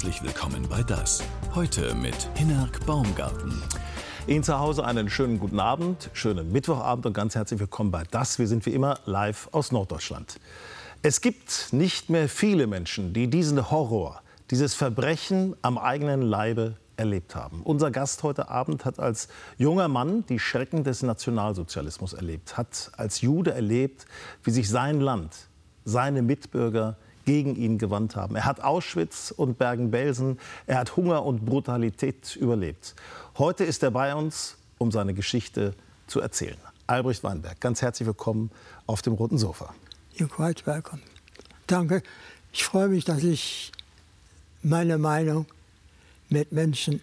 Herzlich willkommen bei Das. Heute mit Hinnerk Baumgarten. Ihnen zu Hause einen schönen guten Abend, schönen Mittwochabend und ganz herzlich willkommen bei Das. Wir sind wie immer live aus Norddeutschland. Es gibt nicht mehr viele Menschen, die diesen Horror, dieses Verbrechen am eigenen Leibe erlebt haben. Unser Gast heute Abend hat als junger Mann die Schrecken des Nationalsozialismus erlebt, hat als Jude erlebt, wie sich sein Land, seine Mitbürger gegen ihn gewandt haben. Er hat Auschwitz und Bergen-Belsen, er hat Hunger und Brutalität überlebt. Heute ist er bei uns, um seine Geschichte zu erzählen. Albrecht Weinberg, ganz herzlich willkommen auf dem roten Sofa. You're quite welcome. Danke. Ich freue mich, dass ich meine Meinung mit Menschen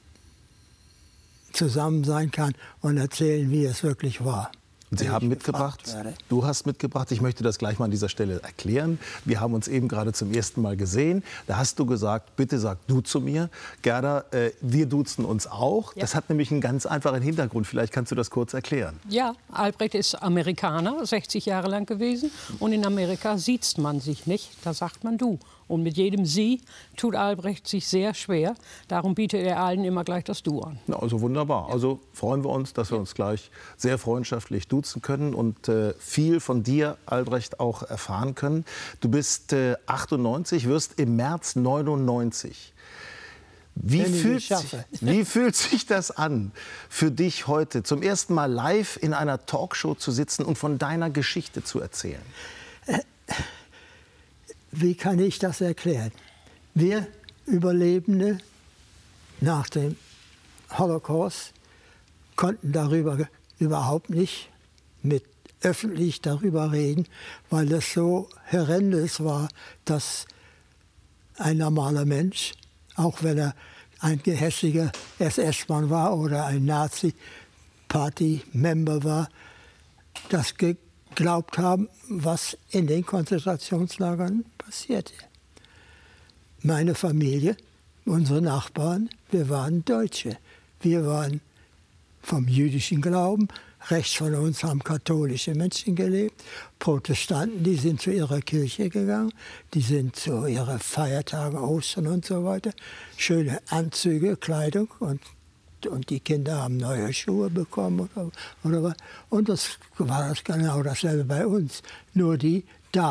zusammen sein kann und erzählen, wie es wirklich war. Und Sie haben mitgebracht, du hast mitgebracht, ich möchte das gleich mal an dieser Stelle erklären. Wir haben uns eben gerade zum ersten Mal gesehen. Da hast du gesagt, bitte sag du zu mir. Gerda, wir duzen uns auch. Ja. Das hat nämlich einen ganz einfachen Hintergrund. Vielleicht kannst du das kurz erklären. Ja, Albrecht ist Amerikaner, 60 Jahre lang gewesen. Und in Amerika siezt man sich nicht, da sagt man du. Und mit jedem Sie tut Albrecht sich sehr schwer. Darum bietet er allen immer gleich das Du an. Ja, also wunderbar. Also freuen wir uns, dass wir uns gleich sehr freundschaftlich duzen können und viel von dir, Albrecht, auch erfahren können. Du bist 98, wirst im März 99. Wie fühlt sich das an, für dich heute zum ersten Mal live in einer Talkshow zu sitzen und von deiner Geschichte zu erzählen? Wie kann ich das erklären? Wir Überlebende nach dem Holocaust konnten darüber überhaupt nicht öffentlich darüber reden, weil das so horrendous war, dass ein normaler Mensch, auch wenn er ein gehässiger SS-Mann war oder ein Nazi-Party-Member war, das geglaubt haben, was in den Konzentrationslagern passierte. Meine Familie, unsere Nachbarn, wir waren Deutsche. Wir waren vom jüdischen Glauben. Rechts von uns haben katholische Menschen gelebt. Protestanten, die sind zu ihrer Kirche gegangen. Die sind zu ihren Feiertagen, Ostern und so weiter. Schöne Anzüge, Kleidung und die Kinder haben neue Schuhe bekommen oder was. Und das war genau dasselbe bei uns. Nur die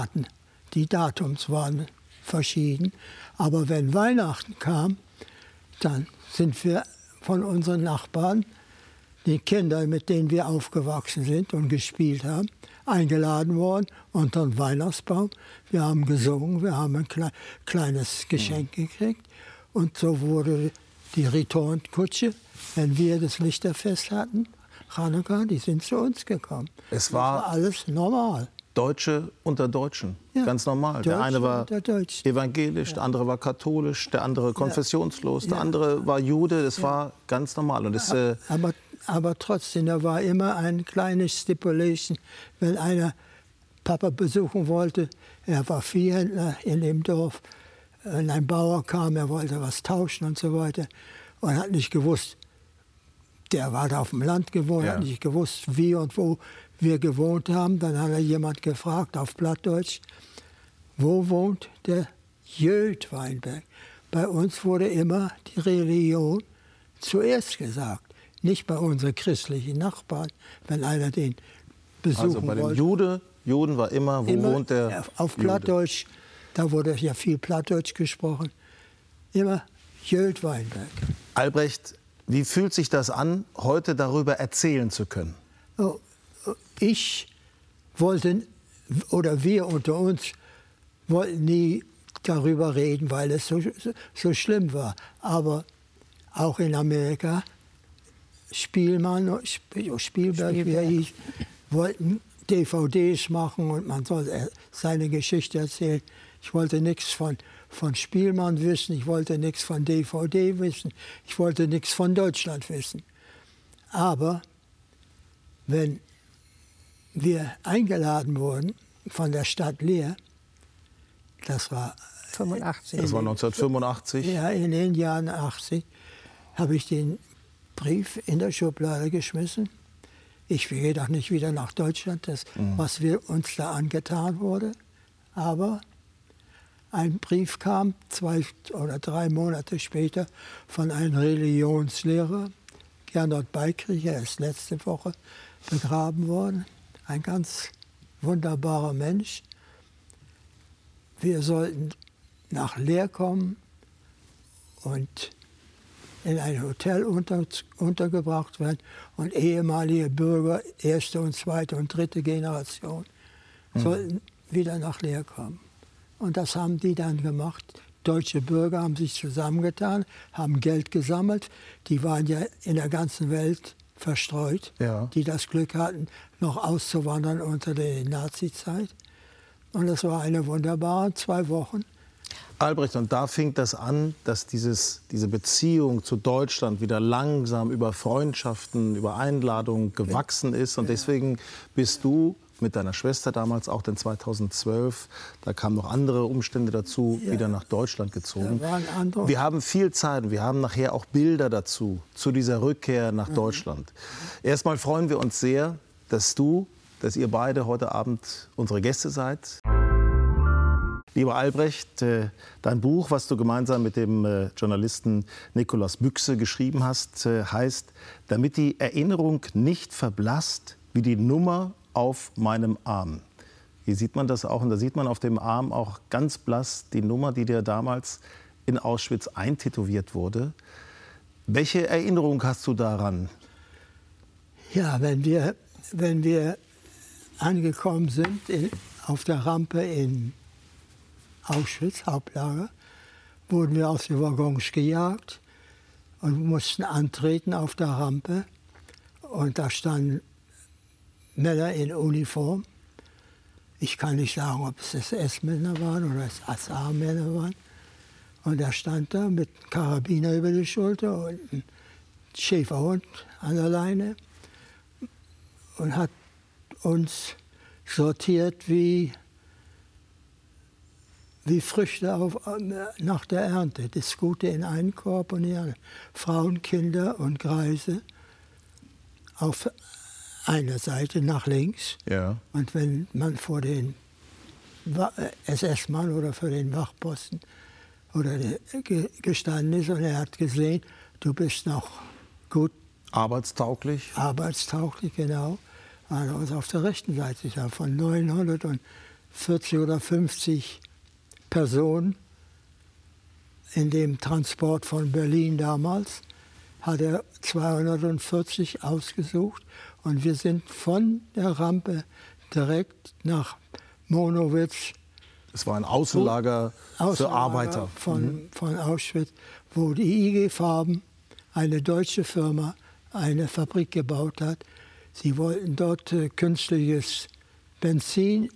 Datums waren verschieden. Aber wenn Weihnachten kam, dann sind wir von unseren Nachbarn, die Kinder, mit denen wir aufgewachsen sind und gespielt haben, eingeladen worden unter den Weihnachtsbaum. Wir haben gesungen, wir haben ein kleines Geschenk gekriegt. Und so wurde die Returnkutsche, wenn wir das Lichterfest hatten, Chanukka, die sind zu uns gekommen. Es war alles normal. Deutsche unter Deutschen, ja, ganz normal. Der eine war evangelisch, der andere war katholisch, der andere konfessionslos, der andere war Jude. Das war ganz normal. Und das, aber trotzdem, da war immer ein kleines Stipulation, wenn einer Papa besuchen wollte. Er war Viehhändler in dem Dorf. Wenn ein Bauer kam, er wollte was tauschen und so weiter. Und hat nicht gewusst, der war da auf dem Land gewohnt, hat nicht gewusst, wie und wo wir gewohnt haben. Dann hat er jemand gefragt, auf Plattdeutsch, wo wohnt der Jöd Weinberg? Bei uns wurde immer die Religion zuerst gesagt. Nicht bei unseren christlichen Nachbarn, wenn einer den besuchen wollte. Also bei den Juden war immer, wo wohnt der auf Plattdeutsch, da wurde ja viel Plattdeutsch gesprochen. Immer Jöd Weinberg. Albrecht, wie fühlt sich das an, heute darüber erzählen zu können? Ich wollte, oder wir unter uns, wollten nie darüber reden, weil es so schlimm war. Aber auch in Amerika, Spielberg, wie er hieß, wollten DVDs machen und man sollte seine Geschichte erzählen. Ich wollte nichts von Spielmann wissen, ich wollte nichts von DVD wissen, ich wollte nichts von Deutschland wissen. Aber wenn wir eingeladen wurden von der Stadt Leer, das war 85. Das war 1985? Ja, in den Jahren 80 habe ich den Brief in der Schublade geschmissen. Ich gehe doch nicht wieder nach Deutschland, was uns da angetan wurde. Aber ein Brief kam, 2 oder 3 Monate später, von einem Religionslehrer, Gernot Beikrieger, er ist letzte Woche begraben worden. Ein ganz wunderbarer Mensch. Wir sollten nach Leer kommen und in ein Hotel untergebracht werden und ehemalige Bürger, 1. und 2. und 3. Generation, sollten wieder nach Leer kommen. Und das haben die dann gemacht. Deutsche Bürger haben sich zusammengetan, haben Geld gesammelt. Die waren ja in der ganzen Welt verstreut, die das Glück hatten, noch auszuwandern unter der Nazizeit. Und das war eine wunderbare 2 Wochen. Albrecht, und da fing das an, dass diese Beziehung zu Deutschland wieder langsam über Freundschaften, über Einladungen gewachsen ist. Und deswegen bist du mit deiner Schwester damals auch dann 2012, da kamen noch andere Umstände dazu, wieder nach Deutschland gezogen. Wir haben viel Zeit und wir haben nachher auch Bilder dazu, zu dieser Rückkehr nach Deutschland. Erstmal freuen wir uns sehr, dass ihr beide heute Abend unsere Gäste seid. Lieber Albrecht, dein Buch, was du gemeinsam mit dem Journalisten Nikolaus Büchse geschrieben hast, heißt, damit die Erinnerung nicht verblasst wie die Nummer auf meinem Arm. Hier sieht man das auch, und da sieht man auf dem Arm auch ganz blass die Nummer, die dir damals in Auschwitz eintätowiert wurde. Welche Erinnerung hast du daran? Ja, wenn wir angekommen sind auf der Rampe in Auschwitz, Hauptlager, wurden wir aus den Waggons gejagt und mussten antreten auf der Rampe. Und da standen Männer in Uniform. Ich kann nicht sagen, ob es SS-Männer waren oder SA-Männer waren. Und er stand da mit einem Karabiner über die Schulter und einem Schäferhund an der Leine und hat uns sortiert wie Früchte nach der Ernte. Das Gute in einen Korb und die anderen. Frauen, Kinder und Greise auf einer Seite nach links. Ja. Und wenn man vor den SS-Mann oder für den Wachposten oder gestanden ist und er hat gesehen, du bist noch gut arbeitstauglich. Arbeitstauglich, genau. War uns auf der rechten Seite da von 940 oder 50 Personen in dem Transport von Berlin damals, hat er 240 ausgesucht. Und wir sind von der Rampe direkt nach Monowitz. Es war ein Außenlager für Arbeiter. Von Auschwitz, wo die IG Farben, eine deutsche Firma, eine Fabrik gebaut hat. Sie wollten dort künstliches Benzin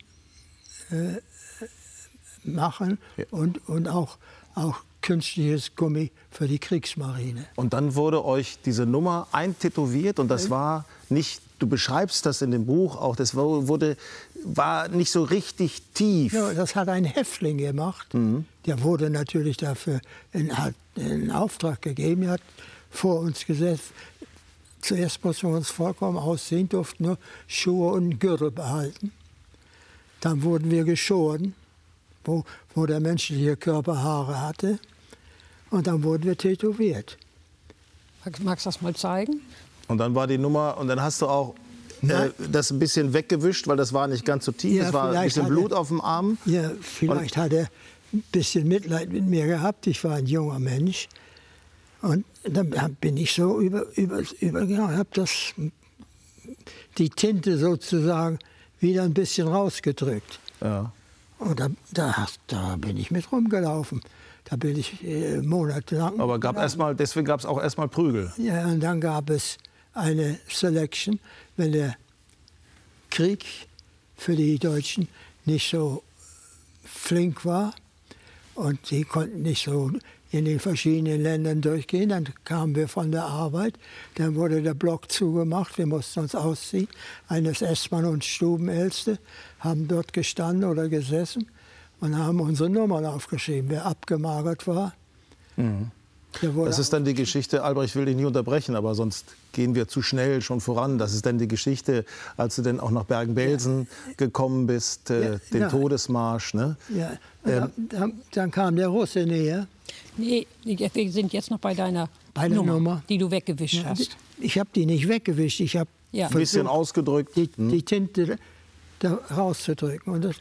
machen und auch künstliches Gummi für die Kriegsmarine. Und dann wurde euch diese Nummer eintätowiert und das war nicht, du beschreibst das in dem Buch auch, das war nicht so richtig tief. Ja, das hat ein Häftling gemacht. Der wurde natürlich dafür in Auftrag gegeben. Er hat vor uns gesetzt. Zuerst mussten wir uns vollkommen ausziehen, durften nur Schuhe und einen Gürtel behalten. Dann wurden wir geschoren, wo der menschliche Körper Haare hatte. Und dann wurden wir tätowiert. Magst du das mal zeigen? Und dann war die Nummer, und dann hast du auch das ein bisschen weggewischt, weil das war nicht ganz so tief. Es war ein bisschen Blut auf dem Arm. Ja, vielleicht hat er ein bisschen Mitleid mit mir gehabt. Ich war ein junger Mensch. Und dann bin ich so übergegangen, habe die Tinte sozusagen wieder ein bisschen rausgedrückt. Ja. Und da bin ich mit rumgelaufen. Da bin ich monatelang. Aber deswegen gab es auch erstmal Prügel. Ja, und dann gab es eine Selection, wenn der Krieg für die Deutschen nicht so flink war und sie konnten nicht so in den verschiedenen Ländern durchgehen. Dann kamen wir von der Arbeit, dann wurde der Block zugemacht, wir mussten uns ausziehen. Ein SS-Mann und Stubenälteste haben dort gestanden oder gesessen und haben unsere Nummern aufgeschrieben, wer abgemagert war. Das ist dann die Geschichte, Albrecht, will dich nicht unterbrechen, aber sonst gehen wir zu schnell schon voran. Das ist dann die Geschichte, als du dann auch nach Bergen-Belsen gekommen bist, den Todesmarsch. Ne? Ja, dann kam der Russe näher. Nee, wir sind jetzt noch bei deiner Nummer, die du weggewischt hast. Ich habe die nicht weggewischt. Ich habe ein bisschen ausgedrückt. Die Tinte da rauszudrücken. Und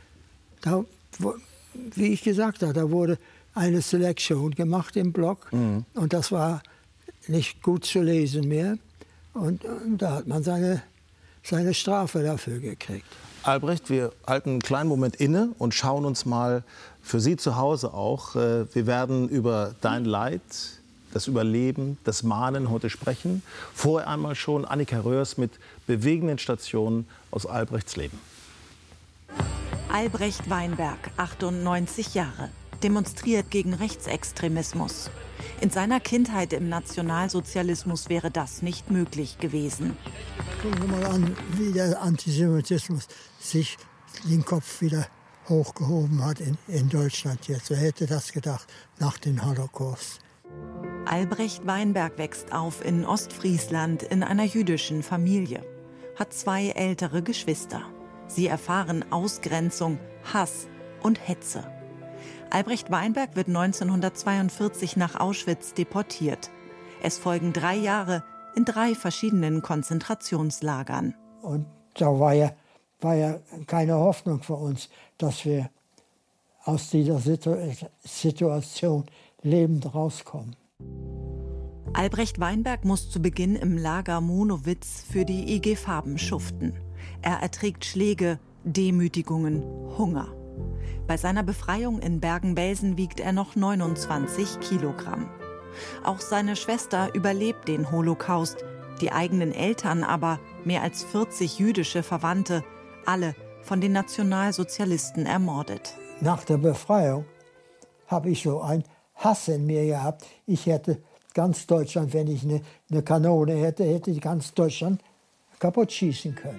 wie ich gesagt habe, da wurde eine Selektion gemacht im Blog. Und das war nicht gut zu lesen mehr. Und da hat man seine Strafe dafür gekriegt. Albrecht, wir halten einen kleinen Moment inne und schauen uns mal für Sie zu Hause auch. Wir werden über dein Leid, das Überleben, das Mahnen heute sprechen. Vorher einmal schon Annika Röhrs mit bewegenden Stationen aus Albrechts Leben. Albrecht Weinberg, 98 Jahre, demonstriert gegen Rechtsextremismus. In seiner Kindheit im Nationalsozialismus wäre das nicht möglich gewesen. Gucken wir mal an, wie der Antisemitismus sich den Kopf wieder hochgehoben hat in Deutschland jetzt. Wer hätte das gedacht nach dem Holocaust? Albrecht Weinberg wächst auf in Ostfriesland in einer jüdischen Familie, hat 2 ältere Geschwister. Sie erfahren Ausgrenzung, Hass und Hetze. Albrecht Weinberg wird 1942 nach Auschwitz deportiert. Es folgen 3 Jahre in 3 verschiedenen Konzentrationslagern. Und da war ja keine Hoffnung für uns, dass wir aus dieser Situation lebend rauskommen. Albrecht Weinberg muss zu Beginn im Lager Monowitz für die IG Farben schuften. Er erträgt Schläge, Demütigungen, Hunger. Bei seiner Befreiung in Bergen-Belsen wiegt er noch 29 Kilogramm. Auch seine Schwester überlebt den Holocaust, die eigenen Eltern aber, mehr als 40 jüdische Verwandte, alle von den Nationalsozialisten ermordet. Nach der Befreiung habe ich so einen Hass in mir gehabt. Ich hätte ganz Deutschland, wenn ich eine Kanone hätte ich ganz Deutschland kaputt schießen können.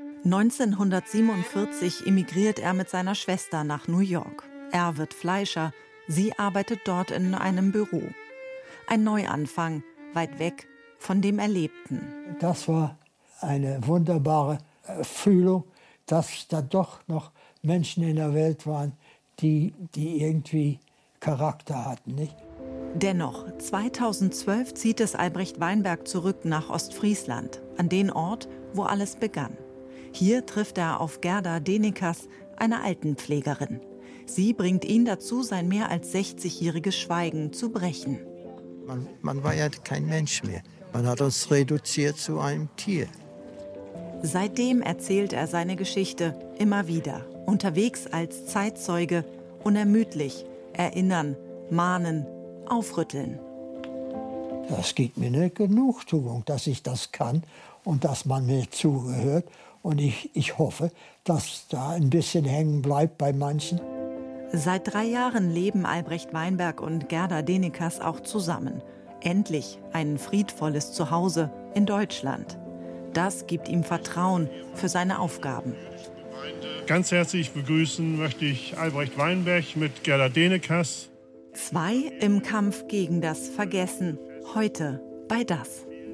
1947 emigriert er mit seiner Schwester nach New York. Er wird Fleischer, sie arbeitet dort in einem Büro. Ein Neuanfang, weit weg von dem Erlebten. Das war eine wunderbare Fühlung, dass da doch noch Menschen in der Welt waren, die irgendwie Charakter hatten, nicht? Dennoch, 2012 zieht es Albrecht Weinberg zurück nach Ostfriesland, an den Ort, wo alles begann. Hier trifft er auf Gerda Denekas, eine Altenpflegerin. Sie bringt ihn dazu, sein mehr als 60-jähriges Schweigen zu brechen. Man war ja kein Mensch mehr. Man hat uns reduziert zu einem Tier. Seitdem erzählt er seine Geschichte immer wieder. Unterwegs als Zeitzeuge, unermüdlich, erinnern, mahnen, aufrütteln. Das gibt mir eine Genugtuung, dass ich das kann und dass man mir zugehört. Und ich hoffe, dass da ein bisschen hängen bleibt bei manchen. Seit 3 Jahren leben Albrecht Weinberg und Gerda Denekas auch zusammen. Endlich ein friedvolles Zuhause in Deutschland. Das gibt ihm Vertrauen für seine Aufgaben. Ganz herzlich begrüßen möchte ich Albrecht Weinberg mit Gerda Denekas. 2 im Kampf gegen das Vergessen. Heute bei Das.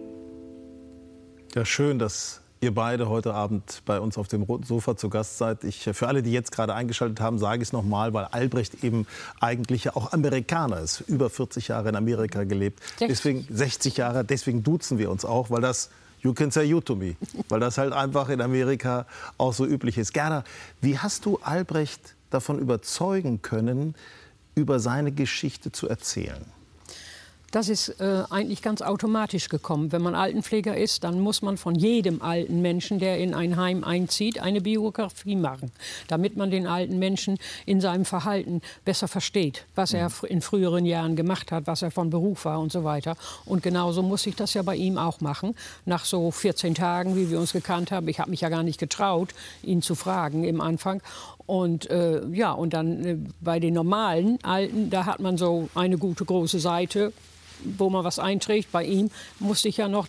Ja, schön, dass ihr beide heute Abend bei uns auf dem roten Sofa zu Gast seid. Für alle, die jetzt gerade eingeschaltet haben, sage ich es noch mal, weil Albrecht eben eigentlich ja auch Amerikaner ist. Über 40 Jahre in Amerika gelebt. Deswegen 60 Jahre, deswegen duzen wir uns auch, weil das You can say you to me, weil das halt einfach in Amerika auch so üblich ist. Gerda, wie hast du Albrecht davon überzeugen können, über seine Geschichte zu erzählen? Das ist eigentlich ganz automatisch gekommen. Wenn man Altenpfleger ist, dann muss man von jedem alten Menschen, der in ein Heim einzieht, eine Biografie machen, damit man den alten Menschen in seinem Verhalten besser versteht, was er in früheren Jahren gemacht hat, was er von Beruf war und so weiter. Und genauso muss ich das ja bei ihm auch machen. Nach so 14 Tagen, wie wir uns gekannt haben, ich habe mich ja gar nicht getraut, ihn zu fragen im Anfang. Und und dann bei den normalen Alten, da hat man so eine gute große Seite, wo man was einträgt. Bei ihm musste ich ja noch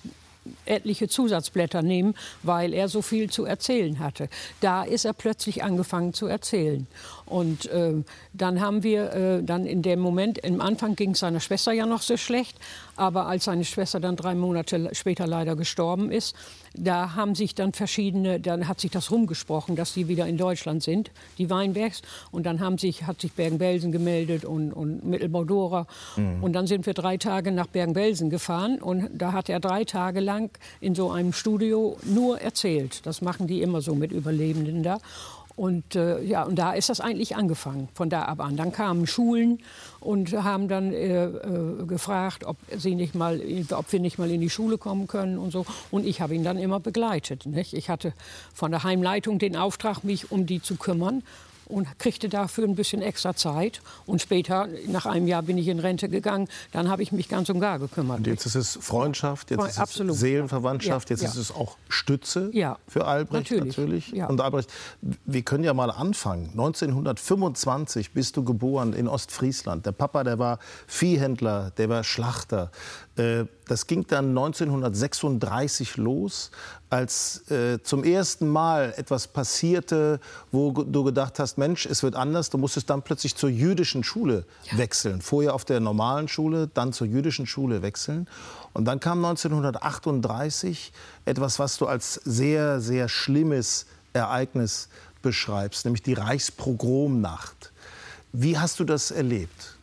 etliche Zusatzblätter nehmen, weil er so viel zu erzählen hatte. Da ist er plötzlich angefangen zu erzählen. Und dann haben wir dann in dem Moment, im Anfang ging es seiner Schwester ja noch so schlecht, aber als seine Schwester dann 3 Monate später leider gestorben ist, da haben sich dann dann hat sich das rumgesprochen, dass die wieder in Deutschland sind, die Weinbergs. Und dann hat sich Bergen-Belsen gemeldet und Mittelbau-Dora. Und dann sind wir 3 Tage nach Bergen-Belsen gefahren und da hat er 3 Tage lang in so einem Studio nur erzählt. Das machen die immer so mit Überlebenden da. Und und da ist das eigentlich angefangen, von da ab an. Dann kamen Schulen und haben dann gefragt, ob wir nicht mal in die Schule kommen können und so. Und ich habe ihn dann immer begleitet. Nicht? Ich hatte von der Heimleitung den Auftrag, mich um die zu kümmern. Und kriegte dafür ein bisschen extra Zeit. Und später, nach einem Jahr, bin ich in Rente gegangen. Dann habe ich mich ganz und gar gekümmert. Und jetzt ist es Freundschaft, jetzt ist es Seelenverwandtschaft, jetzt ist es auch Stütze für Albrecht natürlich. Ja. Und Albrecht, wir können ja mal anfangen. 1925 bist du geboren in Ostfriesland. Der Papa, der war Viehhändler, der war Schlachter. Das ging dann 1936 los, als zum ersten Mal etwas passierte, wo du gedacht hast, Mensch, es wird anders. Du musstest dann plötzlich zur jüdischen Schule wechseln. Vorher auf der normalen Schule, dann zur jüdischen Schule wechseln. Und dann kam 1938 etwas, was du als sehr, sehr schlimmes Ereignis beschreibst, nämlich die Reichspogromnacht. Wie hast du das erlebt?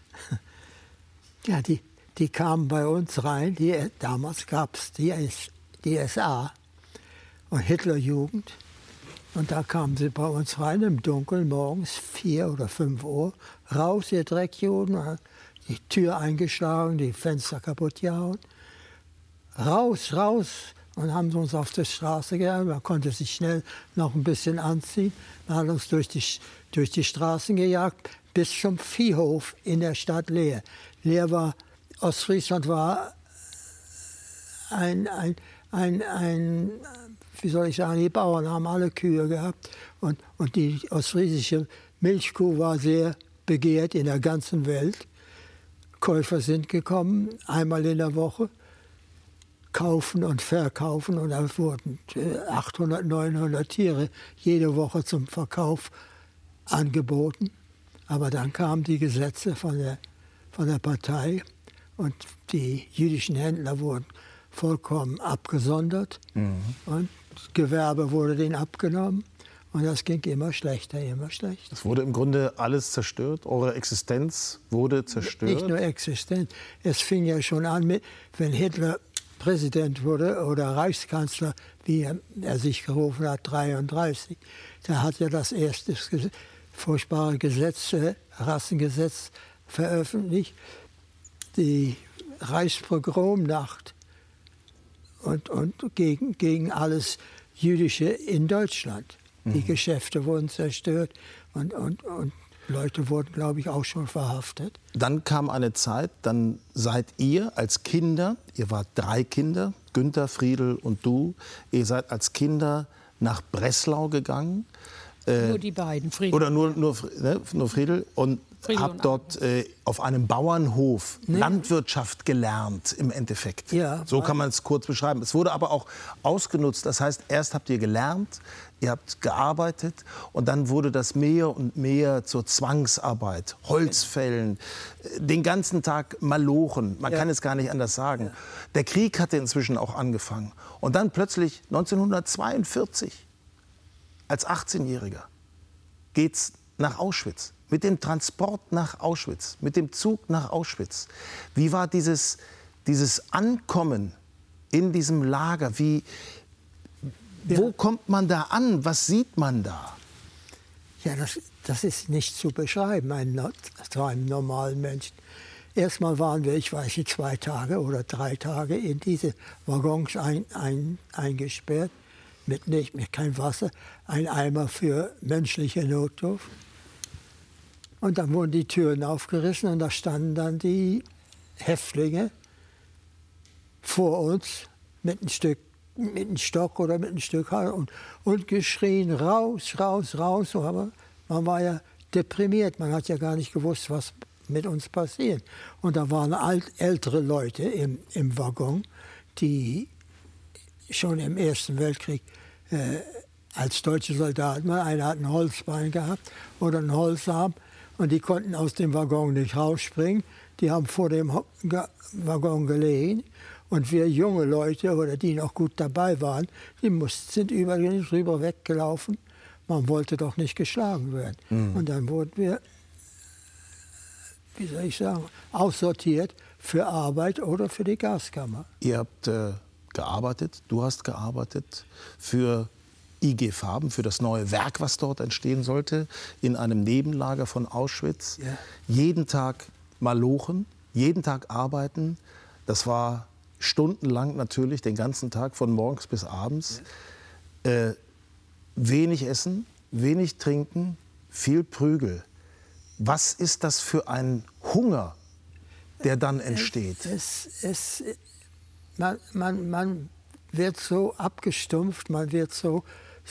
Ja, die kamen bei uns rein. Damals gab es die SA und Hitlerjugend. Und da kamen sie bei uns rein im Dunkeln, morgens 4 oder 5 Uhr. Raus, ihr Dreckjuden, die Tür eingeschlagen, die Fenster kaputt gehauen. Raus, raus. Und haben sie uns auf der Straße gehalten. Man konnte sich schnell noch ein bisschen anziehen. Man hat uns durch die Straßen gejagt, bis zum Viehhof in der Stadt Leer. Leer war, Ostfriesland war wie soll ich sagen, die Bauern haben alle Kühe gehabt. Und die ostfriesische Milchkuh war sehr begehrt in der ganzen Welt. Käufer sind gekommen, einmal in der Woche, kaufen und verkaufen. Und da wurden 800, 900 Tiere jede Woche zum Verkauf angeboten. Aber dann kamen die Gesetze von der Partei und die jüdischen Händler wurden vollkommen abgesondert. Und das Gewerbe wurde denen abgenommen. Und das ging immer schlechter, immer schlechter. Es wurde im Grunde alles zerstört? Eure Existenz wurde zerstört? Nicht nur Existenz. Es fing ja schon an mit, wenn Hitler Präsident wurde oder Reichskanzler, wie er sich gerufen hat, 1933. Da hat er das erste furchtbare Gesetz, Rassengesetz, veröffentlicht. Die Reichspogromnacht und gegen alles Jüdische in Deutschland. Die Geschäfte wurden zerstört und Leute wurden, glaube ich, auch schon verhaftet. Dann kam eine Zeit, dann seid ihr als Kinder, ihr wart 3 Kinder, Günther, Friedel und du, ihr seid als Kinder nach Breslau gegangen. Nur die beiden, Friedel. Oder nur Friedel. Und habt dort auf einem Bauernhof Landwirtschaft gelernt im Endeffekt. Ja, so kann man es kurz beschreiben. Es wurde aber auch ausgenutzt. Das heißt, erst habt ihr gelernt, ihr habt gearbeitet und dann wurde das mehr und mehr zur Zwangsarbeit. Holzfällen, den ganzen Tag malochen. Man kann es gar nicht anders sagen. Ja. Der Krieg hatte inzwischen auch angefangen. Und dann plötzlich 1942, als 18-Jähriger, geht's nach Auschwitz. Mit dem Transport nach Auschwitz, mit dem Zug nach Auschwitz. Wie war dieses Ankommen in diesem Lager? Wo kommt man da an? Was sieht man da? Ja, das ist nicht zu beschreiben, zu einem normalen Menschen. Erstmal waren wir, ich weiß nicht, 2 Tage oder 3 Tage in diese Waggons eingesperrt, mit kein Wasser, ein Eimer für menschliche Notdurft. Und dann wurden die Türen aufgerissen und da standen dann die Häftlinge vor uns mit einem Stock oder mit einem Stück Haar und geschrien, raus, raus, raus. Aber man war ja deprimiert, man hat ja gar nicht gewusst, was mit uns passiert. Und da waren ältere Leute im Waggon, die schon im Ersten Weltkrieg als deutsche Soldaten. Einer hat ein Holzbein gehabt oder einen Holzarm und die konnten aus dem Waggon nicht rausspringen. Die haben vor dem Waggon gelegen und wir junge Leute oder die noch gut dabei waren, sind drüber weggelaufen. Man wollte doch nicht geschlagen werden. Und dann wurden wir, wie soll ich sagen, aussortiert für Arbeit oder für die Gaskammer. Ihr habt gearbeitet, du hast gearbeitet für IG Farben, für das neue Werk, was dort entstehen sollte, in einem Nebenlager von Auschwitz. Ja. Jeden Tag malochen, jeden Tag arbeiten. Das war stundenlang natürlich, den ganzen Tag, von morgens bis abends. Ja. Wenig essen, wenig trinken, viel Prügel. Was ist das für ein Hunger, der dann entsteht? Man wird so abgestumpft, man wird so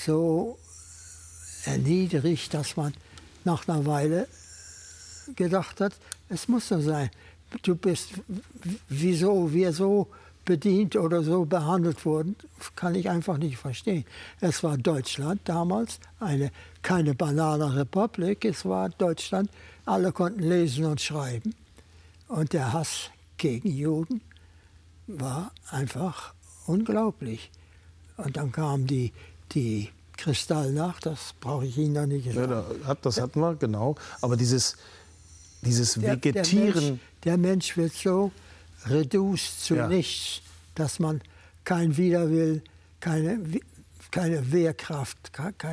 erniedrigt, dass man nach einer Weile gedacht hat, es muss so sein. Du bist, wieso wir so bedient oder so behandelt wurden, kann ich einfach nicht verstehen. Es war Deutschland damals, keine Bananenrepublik, es war Deutschland, alle konnten lesen und schreiben. Und der Hass gegen Juden war einfach unglaublich. Und dann kam die Kristallnacht, das brauche ich Ihnen noch nicht sagen. Ja, das hatten wir, genau. Aber dieses Vegetieren... Der Mensch wird so reduziert zu nichts, dass man kein Widerwillen, keine Wehrkraft,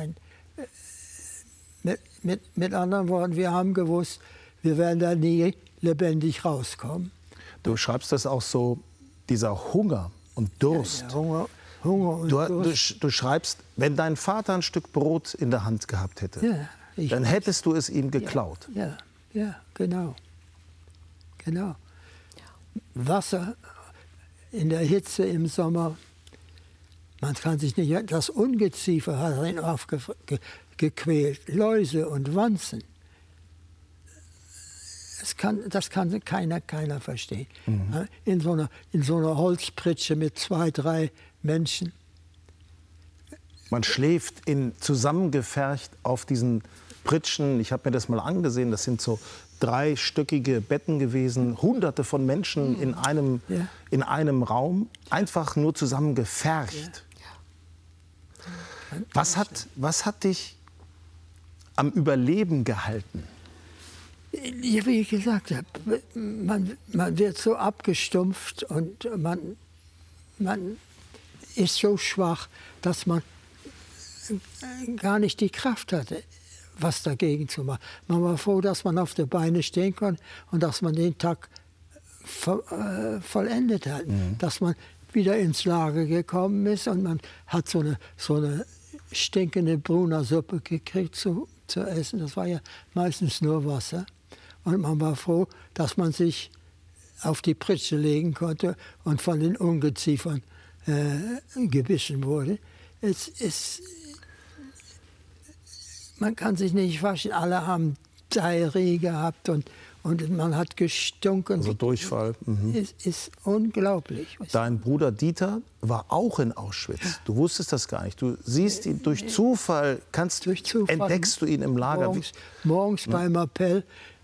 mit anderen Worten, wir haben gewusst, wir werden da nie lebendig rauskommen. Du schreibst das auch so, dieser Hunger und Durst. Ja, Hunger und Durst. Du schreibst, wenn dein Vater ein Stück Brot in der Hand gehabt hätte, dann hättest du es ihm geklaut. Ja, genau. Wasser in der Hitze im Sommer, man kann sich nicht, das Ungeziefer hat ihn aufgequält, Läuse und Wanzen. Das kann keiner verstehen. Mhm. In so einer Holzpritsche mit 2, 3 Menschen. Man schläft zusammengefercht auf diesen Pritschen. Ich habe mir das mal angesehen. Das sind so 3-stöckige Betten gewesen. Hunderte von Menschen in einem Raum. Einfach nur zusammengefercht. Ja. Was hat dich am Überleben gehalten? Wie ich gesagt habe, man wird so abgestumpft und man ist so schwach, dass man gar nicht die Kraft hatte, was dagegen zu machen. Man war froh, dass man auf die Beine stehen konnte und dass man den Tag vollendet hat. Mhm. Dass man wieder ins Lager gekommen ist und man hat so eine stinkende Brunersuppe gekriegt zu essen. Das war ja meistens nur Wasser. Und man war froh, dass man sich auf die Pritsche legen konnte und von den Ungeziefern gebissen wurde. Man kann sich nicht waschen. Alle haben Diarrhoe gehabt und man hat gestunken. Also Durchfall. Mhm. Es ist unglaublich. Dein Bruder Dieter war auch in Auschwitz. Du wusstest das gar nicht. Du siehst ihn durch Zufall, entdeckst du ihn im Lager. Morgens beim Appell.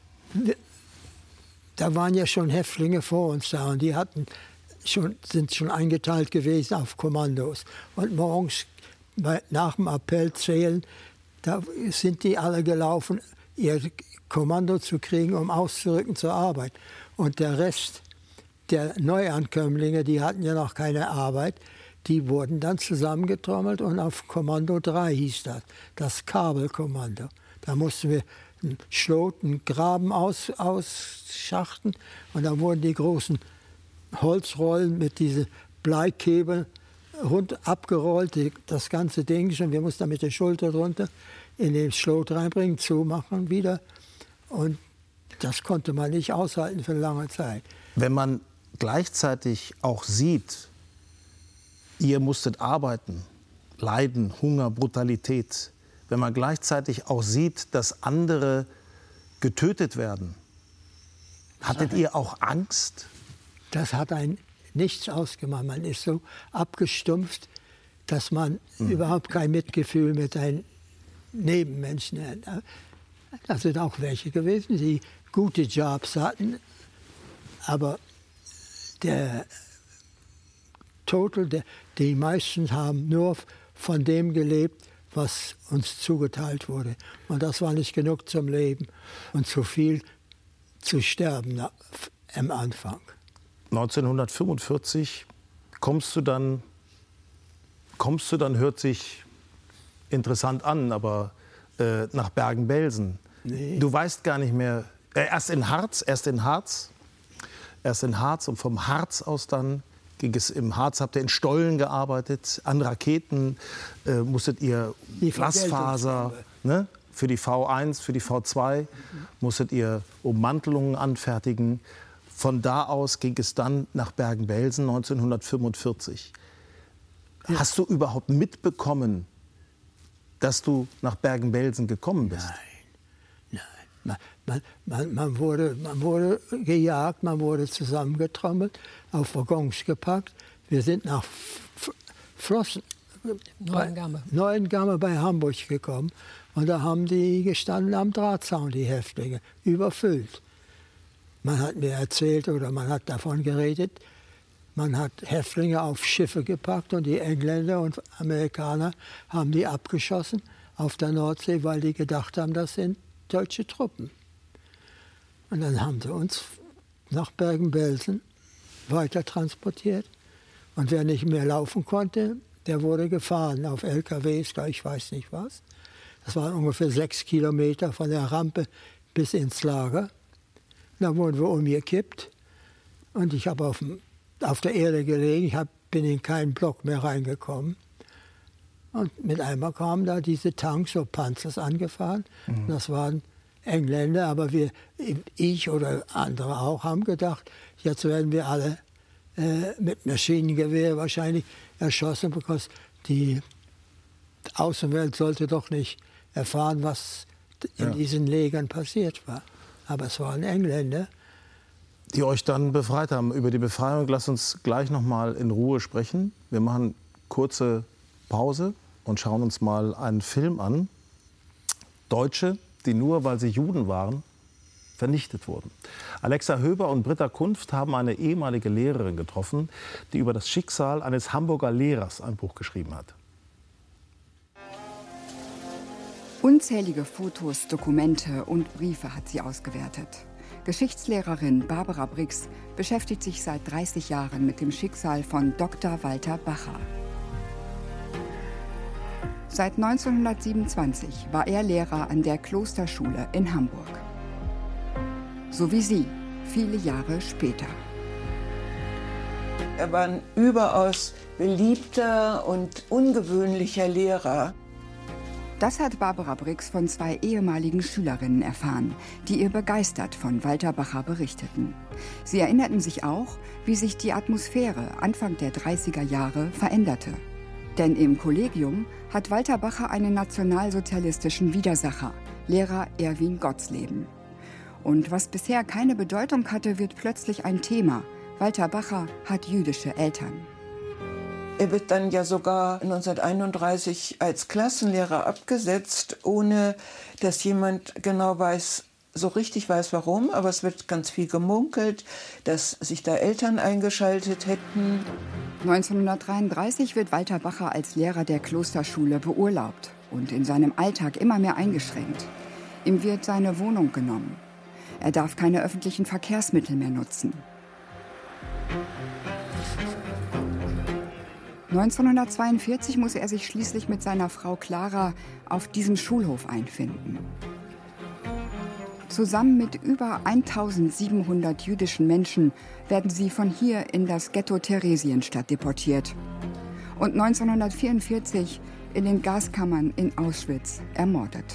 Da waren ja schon Häftlinge vor uns da und die sind schon eingeteilt gewesen auf Kommandos. Und morgens nach dem Appell zählen, da sind die alle gelaufen, ihr Kommando zu kriegen, um auszurücken zur Arbeit. Und der Rest der Neuankömmlinge, die hatten ja noch keine Arbeit, die wurden dann zusammengetrommelt und auf Kommando 3 hieß das Kabelkommando. Da mussten wir einen Graben ausschachten und da wurden die großen Holzrollen mit diesen Bleikebeln abgerollt, das ganze Ding schon. Wir mussten da mit der Schulter drunter in den Schlot reinbringen, zumachen wieder. Und das konnte man nicht aushalten für eine lange Zeit. Wenn man gleichzeitig auch sieht, ihr musstet arbeiten, Leiden, Hunger, Brutalität, wenn man gleichzeitig auch sieht, dass andere getötet werden, hattet ihr auch Angst? Das hat einen nichts ausgemacht. Man ist so abgestumpft, dass man überhaupt kein Mitgefühl mit den Nebenmenschen hat. Da sind auch welche gewesen, die gute Jobs hatten, aber der Total, die meisten haben nur von dem gelebt, was uns zugeteilt wurde. Und das war nicht genug zum Leben und zu viel zu sterben am Anfang. 1945 kommst du dann, hört sich interessant an, aber nach Bergen-Belsen. Nee. Du weißt gar nicht mehr, erst in Harz und vom Harz aus dann ging es im Harz, habt ihr in Stollen gearbeitet, an Raketen musstet ihr Glasfaser, ne, für die V1, für die V2 musstet ihr Ummantelungen anfertigen. Von da aus ging es dann nach Bergen-Belsen 1945. Ja. Hast du überhaupt mitbekommen, dass du nach Bergen-Belsen gekommen bist? Nein. Man wurde gejagt, man wurde zusammengetrommelt, auf Waggons gepackt. Wir sind nach Neuengamme bei Hamburg gekommen. Und da haben die gestanden am Drahtzaun, die Häftlinge, überfüllt. Man hat mir erzählt oder man hat davon geredet, man hat Häftlinge auf Schiffe gepackt und die Engländer und Amerikaner haben die abgeschossen auf der Nordsee, weil die gedacht haben, das sind deutsche Truppen. Und dann haben sie uns nach Bergen-Belsen weiter transportiert. Und wer nicht mehr laufen konnte, der wurde gefahren auf LKWs, ich weiß nicht was. Das waren ungefähr 6 Kilometer von der Rampe bis ins Lager. Da wurden wir umgekippt und ich habe auf der Erde gelegen. Ich bin in keinen Block mehr reingekommen. Und mit einmal kamen da diese Tanks, so Panzers angefahren. Das waren Engländer, aber ich oder andere auch, haben gedacht, jetzt werden wir alle mit Maschinengewehr wahrscheinlich erschossen, because die Außenwelt sollte doch nicht erfahren, was in diesen Lägern passiert war. Aber es waren Engländer. Die euch dann befreit haben. Über die Befreiung lass uns gleich noch mal in Ruhe sprechen. Wir machen kurze Pause und schauen uns mal einen Film an. Deutsche, die nur, weil sie Juden waren, vernichtet wurden. Alexa Höber und Britta Kunft haben eine ehemalige Lehrerin getroffen, die über das Schicksal eines Hamburger Lehrers ein Buch geschrieben hat. Unzählige Fotos, Dokumente und Briefe hat sie ausgewertet. Geschichtslehrerin Barbara Brix beschäftigt sich seit 30 Jahren mit dem Schicksal von Dr. Walter Bacher. Seit 1927 war er Lehrer an der Klosterschule in Hamburg. So wie sie, viele Jahre später. Er war ein überaus beliebter und ungewöhnlicher Lehrer. Das hat Barbara Brix von 2 ehemaligen Schülerinnen erfahren, die ihr begeistert von Walter Bacher berichteten. Sie erinnerten sich auch, wie sich die Atmosphäre Anfang der 30er Jahre veränderte. Denn im Kollegium hat Walter Bacher einen nationalsozialistischen Widersacher, Lehrer Erwin Gottsleben. Und was bisher keine Bedeutung hatte, wird plötzlich ein Thema. Walter Bacher hat jüdische Eltern. Er wird dann ja sogar 1931 als Klassenlehrer abgesetzt, ohne dass jemand genau weiß, so richtig weiß, warum. Aber es wird ganz viel gemunkelt, dass sich da Eltern eingeschaltet hätten. 1933 wird Walter Bacher als Lehrer der Klosterschule beurlaubt und in seinem Alltag immer mehr eingeschränkt. Ihm wird seine Wohnung genommen. Er darf keine öffentlichen Verkehrsmittel mehr nutzen. 1942 muss er sich schließlich mit seiner Frau Clara auf diesem Schulhof einfinden. Zusammen mit über 1700 jüdischen Menschen werden sie von hier in das Ghetto Theresienstadt deportiert und 1944 in den Gaskammern in Auschwitz ermordet.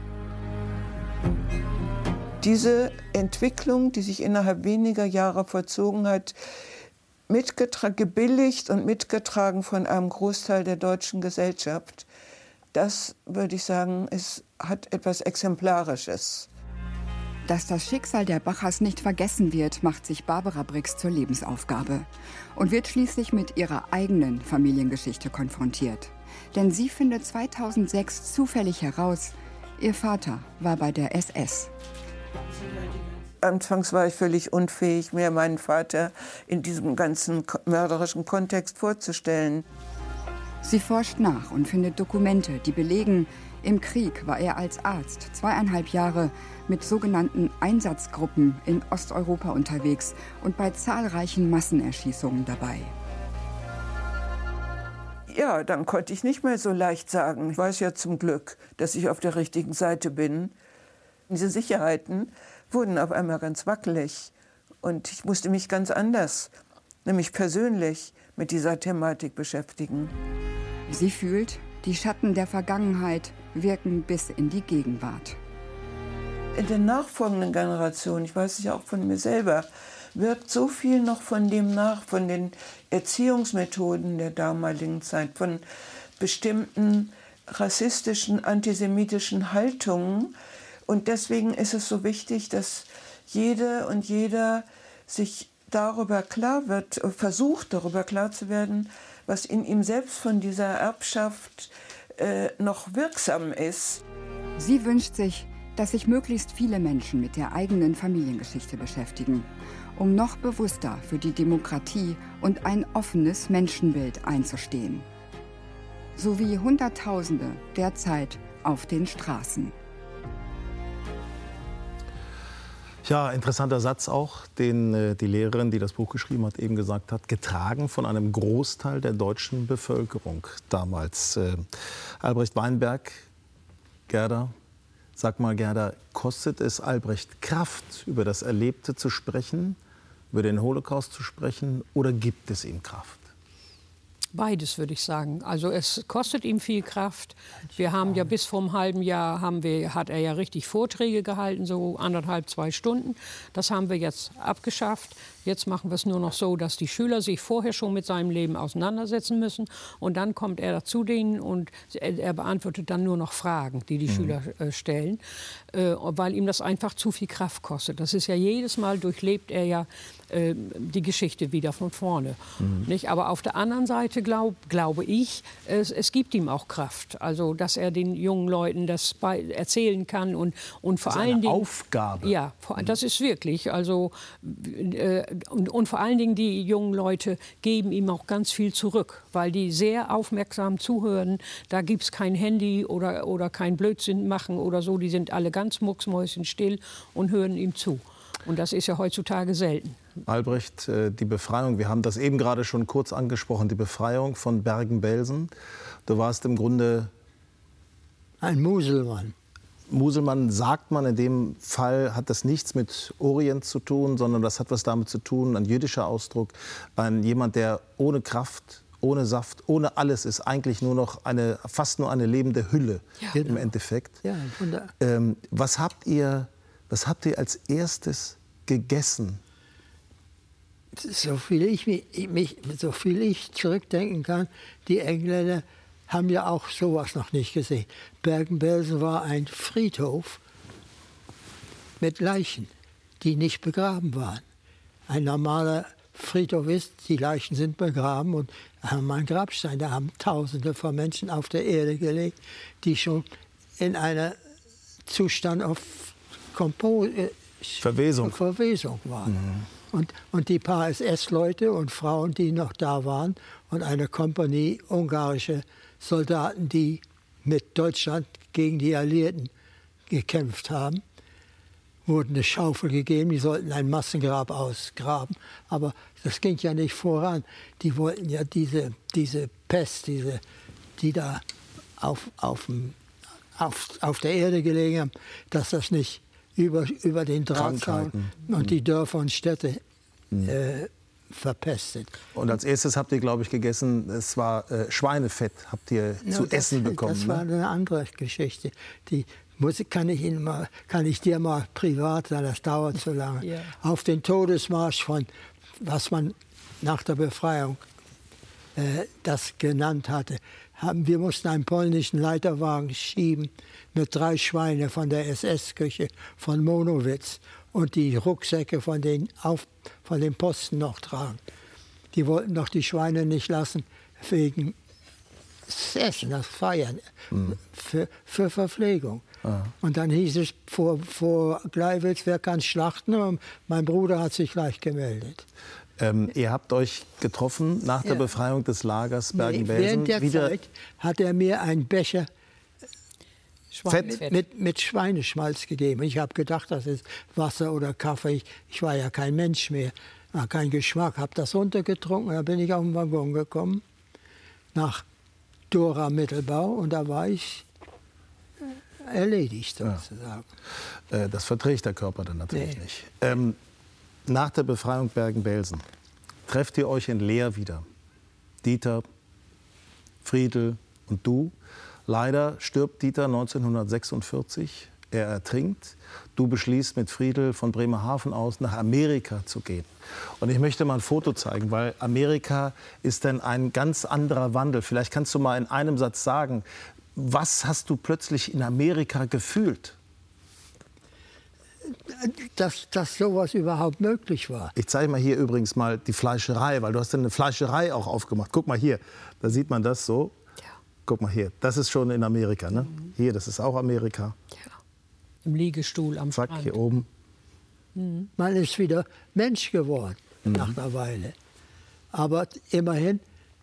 Diese Entwicklung, die sich innerhalb weniger Jahre vollzogen hat, gebilligt und mitgetragen von einem Großteil der deutschen Gesellschaft, das, würde ich sagen, hat etwas Exemplarisches. Dass das Schicksal der Bachers nicht vergessen wird, macht sich Barbara Brix zur Lebensaufgabe und wird schließlich mit ihrer eigenen Familiengeschichte konfrontiert. Denn sie findet 2006 zufällig heraus, ihr Vater war bei der SS. Anfangs war ich völlig unfähig, mir meinen Vater in diesem ganzen mörderischen Kontext vorzustellen. Sie forscht nach und findet Dokumente, die belegen, im Krieg war er als Arzt 2,5 Jahre mit sogenannten Einsatzgruppen in Osteuropa unterwegs und bei zahlreichen Massenerschießungen dabei. Ja, dann konnte ich nicht mehr so leicht sagen, ich weiß ja zum Glück, dass ich auf der richtigen Seite bin. Diese Sicherheiten wurden auf einmal ganz wackelig und ich musste mich ganz anders, nämlich persönlich, mit dieser Thematik beschäftigen. Sie fühlt, die Schatten der Vergangenheit wirken bis in die Gegenwart. In der nachfolgenden Generation, ich weiß es ja auch von mir selber, wirkt so viel noch von dem nach, von den Erziehungsmethoden der damaligen Zeit, von bestimmten rassistischen, antisemitischen Haltungen. Und deswegen ist es so wichtig, dass jede und jeder sich darüber klar wird, versucht darüber klar zu werden, was in ihm selbst von dieser Erbschaft noch wirksam ist. Sie wünscht sich, dass sich möglichst viele Menschen mit der eigenen Familiengeschichte beschäftigen, um noch bewusster für die Demokratie und ein offenes Menschenbild einzustehen. So wie Hunderttausende derzeit auf den Straßen. Ja, interessanter Satz auch, den die Lehrerin, die das Buch geschrieben hat, eben gesagt hat, getragen von einem Großteil der deutschen Bevölkerung damals. Albrecht Weinberg, Gerda, sag mal Gerda, kostet es Albrecht Kraft, über das Erlebte zu sprechen, über den Holocaust zu sprechen, oder gibt es ihm Kraft? Beides, würde ich sagen. Also es kostet ihm viel Kraft. Wir haben ja bis vor einem halben Jahr hat er ja richtig Vorträge gehalten, so 1,5, 2 Stunden. Das haben wir jetzt abgeschafft. Jetzt machen wir es nur noch so, dass die Schüler sich vorher schon mit seinem Leben auseinandersetzen müssen. Und dann kommt er zu denen und er beantwortet dann nur noch Fragen, die Schüler stellen, weil ihm das einfach zu viel Kraft kostet. Das ist ja jedes Mal, durchlebt er ja die Geschichte wieder von vorne. Nicht? Aber auf der anderen Seite glaube ich, es gibt ihm auch Kraft. Also, dass er den jungen Leuten das erzählen kann und vor allen Dingen... Aufgabe. Ja, das ist wirklich. Also, und vor allen Dingen die jungen Leute geben ihm auch ganz viel zurück, weil die sehr aufmerksam zuhören. Da gibt es kein Handy oder kein Blödsinn machen oder so. Die sind alle ganz mucksmäuschenstill und hören ihm zu. Und das ist ja heutzutage selten. Albrecht, die Befreiung, wir haben das eben gerade schon kurz angesprochen, die Befreiung von Bergen-Belsen. Du warst im Grunde... ein Muselmann. Muselmann, sagt man, in dem Fall hat das nichts mit Orient zu tun, sondern das hat was damit zu tun, ein jüdischer Ausdruck, jemand, der ohne Kraft, ohne Saft, ohne alles ist, eigentlich nur noch fast nur eine lebende Hülle im Endeffekt. Ja, was habt ihr als erstes gegessen? So viel ich zurückdenken kann, die Engländer haben ja auch sowas noch nicht gesehen. Bergen-Belsen war ein Friedhof mit Leichen, die nicht begraben waren. Ein normaler Friedhof ist, die Leichen sind begraben und haben einen Grabstein. Da haben Tausende von Menschen auf der Erde gelegt, die schon in einem Zustand auf Verwesung waren. Und die paar SS-Leute und Frauen, die noch da waren, und eine Kompanie ungarische Soldaten, die mit Deutschland gegen die Alliierten gekämpft haben, wurden eine Schaufel gegeben, die sollten ein Massengrab ausgraben. Aber das ging ja nicht voran. Die wollten ja diese Pest, die da auf der Erde gelegen haben, dass das nicht über den Drahtzaun und die Dörfer und Städte verpestet. Und als erstes habt ihr, glaube ich, gegessen, es war Schweinefett, habt ihr zu essen bekommen. Das war eine andere Geschichte. Die kann ich dir mal privat sagen, das dauert zu lange. Ja. Auf den Todesmarsch von, was man nach der Befreiung das genannt hatte. Wir mussten einen polnischen Leiterwagen schieben mit 3 Schweinen von der SS-Küche von Monowitz und die Rucksäcke von den Posten noch tragen. Die wollten doch die Schweine nicht lassen wegen das Essen, das Feiern, für Verpflegung. Ah. Und dann hieß es vor Gleiwitz, wer kann schlachten? Und mein Bruder hat sich gleich gemeldet. Ihr habt euch getroffen nach der Befreiung des Lagers Bergen-Belsen. Während der Zeit hat er mir einen Becher mit Schweineschmalz gegeben. Ich habe gedacht, das ist Wasser oder Kaffee. Ich war ja kein Mensch mehr, kein Geschmack. Habe das runtergetrunken, dann bin ich auf den Waggon gekommen, nach Dora Mittelbau, und da war ich erledigt sozusagen. Ja. Das verträgt der Körper dann natürlich nicht. Nach der Befreiung Bergen-Belsen trefft ihr euch in Leer wieder. Dieter, Friedel und du. Leider stirbt Dieter 1946. Er ertrinkt. Du beschließt mit Friedel von Bremerhaven aus nach Amerika zu gehen. Und ich möchte mal ein Foto zeigen, weil Amerika ist dann ein ganz anderer Wandel. Vielleicht kannst du mal in einem Satz sagen, was hast du plötzlich in Amerika gefühlt? Dass sowas überhaupt möglich war. Ich zeige mal hier übrigens mal die Fleischerei, weil du hast dann eine Fleischerei auch aufgemacht. Guck mal hier, da sieht man das so. Ja. Guck mal hier, das ist schon in Amerika, ne? Hier, das ist auch Amerika. Ja. Im Liegestuhl am Zack, Strand. hier oben. Man ist wieder Mensch geworden nach einer Weile. Aber immerhin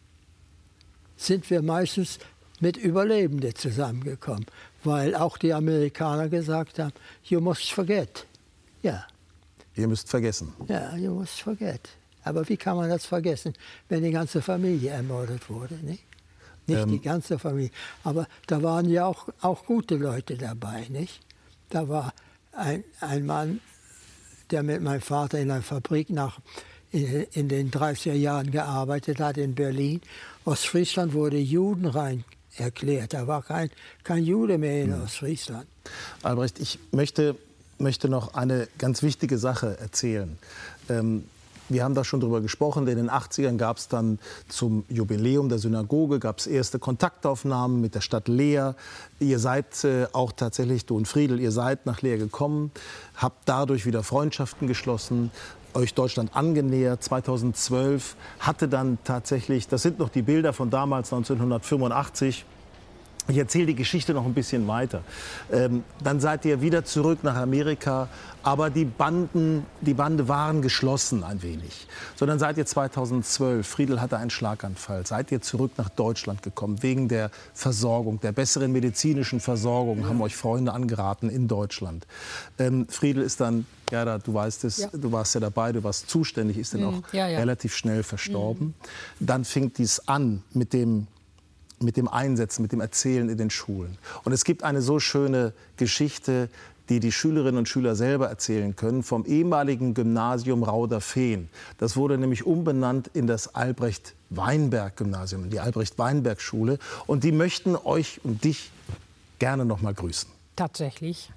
sind wir meistens mit Überlebenden zusammengekommen, weil auch die Amerikaner gesagt haben, you must forget. Ja. Ihr müsst vergessen. Ja, you must forget. Aber wie kann man das vergessen, wenn die ganze Familie ermordet wurde? Nicht die ganze Familie, aber da waren ja auch gute Leute dabei. Nicht? Da war ein Mann, der mit meinem Vater in einer Fabrik in den 30er Jahren gearbeitet hat in Berlin. Ostfriesland wurde judenrein erklärt. Da war kein Jude mehr in Ostfriesland. Albrecht, ich möchte noch eine ganz wichtige Sache erzählen. Wir haben da schon drüber gesprochen. In den 80ern gab es dann zum Jubiläum der Synagoge gab's erste Kontaktaufnahmen mit der Stadt Leer. Ihr seid auch tatsächlich, du und Friedel, ihr seid nach Leer gekommen, habt dadurch wieder Freundschaften geschlossen, euch Deutschland angenähert. 2012 hatte dann tatsächlich, das sind noch die Bilder von damals, 1985, ich erzähle die Geschichte noch ein bisschen weiter. Dann seid ihr wieder zurück nach Amerika, aber die Bande waren geschlossen ein wenig. So, dann seid ihr 2012, Friedel hatte einen Schlaganfall, seid ihr zurück nach Deutschland gekommen, wegen der Versorgung, der besseren medizinischen Versorgung, haben euch Freunde angeraten in Deutschland. Friedel ist dann, Gerda, du weißt es, du warst ja dabei, du warst zuständig, ist dann auch relativ schnell verstorben. Dann fing dies an mit dem Einsetzen, mit dem Erzählen in den Schulen. Und es gibt eine so schöne Geschichte, die die Schülerinnen und Schüler selber erzählen können, vom ehemaligen Gymnasium Rauderfehn. Das wurde nämlich umbenannt in das Albrecht-Weinberg-Gymnasium, die Albrecht-Weinberg-Schule. Und die möchten euch und dich gerne noch mal grüßen. Tatsächlich.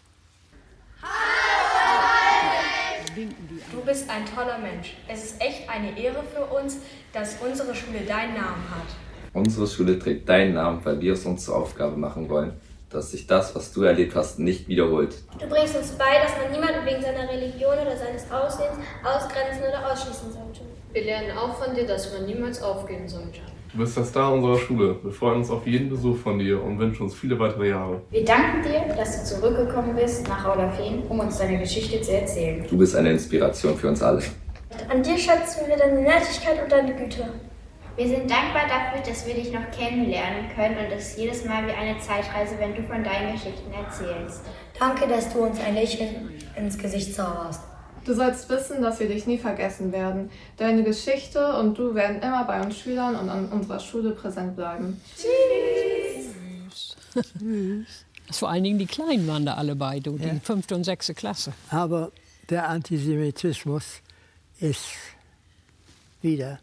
Du bist ein toller Mensch. Es ist echt eine Ehre für uns, dass unsere Schule deinen Namen hat. Unsere Schule trägt deinen Namen, weil wir es uns zur Aufgabe machen wollen, dass sich das, was du erlebt hast, nicht wiederholt. Du bringst uns bei, dass man niemanden wegen seiner Religion oder seines Aussehens ausgrenzen oder ausschließen sollte. Wir lernen auch von dir, dass man niemals aufgeben sollte. Du bist der Star unserer Schule. Wir freuen uns auf jeden Besuch von dir und wünschen uns viele weitere Jahre. Wir danken dir, dass du zurückgekommen bist nach Rauderfehn, um uns deine Geschichte zu erzählen. Du bist eine Inspiration für uns alle. An dir schätzen wir deine Nettigkeit und deine Güte. Wir sind dankbar dafür, dass wir dich noch kennenlernen können und es ist jedes Mal wie eine Zeitreise, wenn du von deinen Geschichten erzählst. Danke, dass du uns ein Lächeln ins Gesicht zauberst. Du sollst wissen, dass wir dich nie vergessen werden. Deine Geschichte und du werden immer bei uns Schülern und an unserer Schule präsent bleiben. Tschüss. Vor allen Dingen die Kleinen waren da alle bei, die 5. und 6. Klasse. Aber der Antisemitismus ist wieder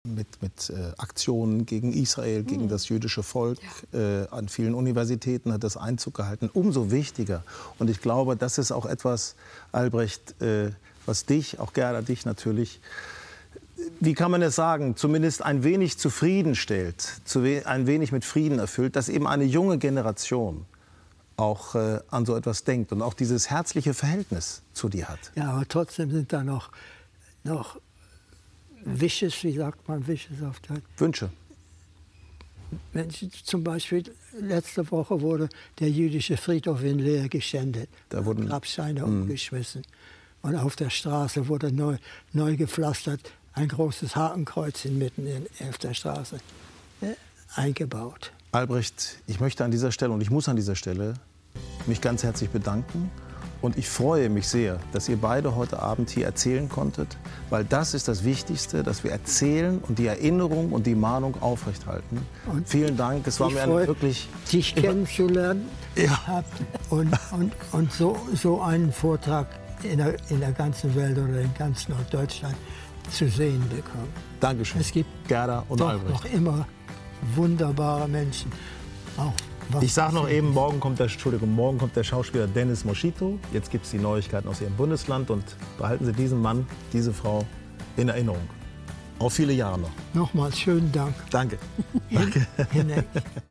Aktionen gegen Israel, gegen das jüdische Volk. An vielen Universitäten hat das Einzug gehalten. Umso wichtiger. Und ich glaube, das ist auch etwas, Albrecht, was dich, auch Gerda, dich natürlich, wie kann man es sagen, zumindest ein wenig zufriedenstellt, ein wenig mit Frieden erfüllt, dass eben eine junge Generation auch an so etwas denkt und auch dieses herzliche Verhältnis zu dir hat. Ja, aber trotzdem sind da noch Wishes, wie sagt man Wishes auf Deutsch? Wünsche. Zum Beispiel letzte Woche wurde der jüdische Friedhof in Leer geschändet. Da wurden Grabsteine umgeschmissen. Und auf der Straße wurde neu gepflastert ein großes Hakenkreuz inmitten auf der Straße eingebaut. Albrecht, ich möchte an dieser Stelle und ich muss an dieser Stelle mich ganz herzlich bedanken. Und ich freue mich sehr, dass ihr beide heute Abend hier erzählen konntet, weil das ist das Wichtigste, dass wir erzählen und die Erinnerung und die Mahnung aufrechthalten. Und vielen Dank, es war mir wirklich... dich kennenzulernen und so einen Vortrag in der ganzen Welt oder in ganz Norddeutschland zu sehen bekommen. Dankeschön. Es gibt Gerda und Albrecht. Noch immer wunderbare Menschen. Ich sage noch eben, morgen kommt der Schauspieler Dennis Moschito. Jetzt gibt es die Neuigkeiten aus Ihrem Bundesland und behalten Sie diesen Mann, diese Frau in Erinnerung. Auf viele Jahre noch. Nochmals schönen Dank. Danke. Danke.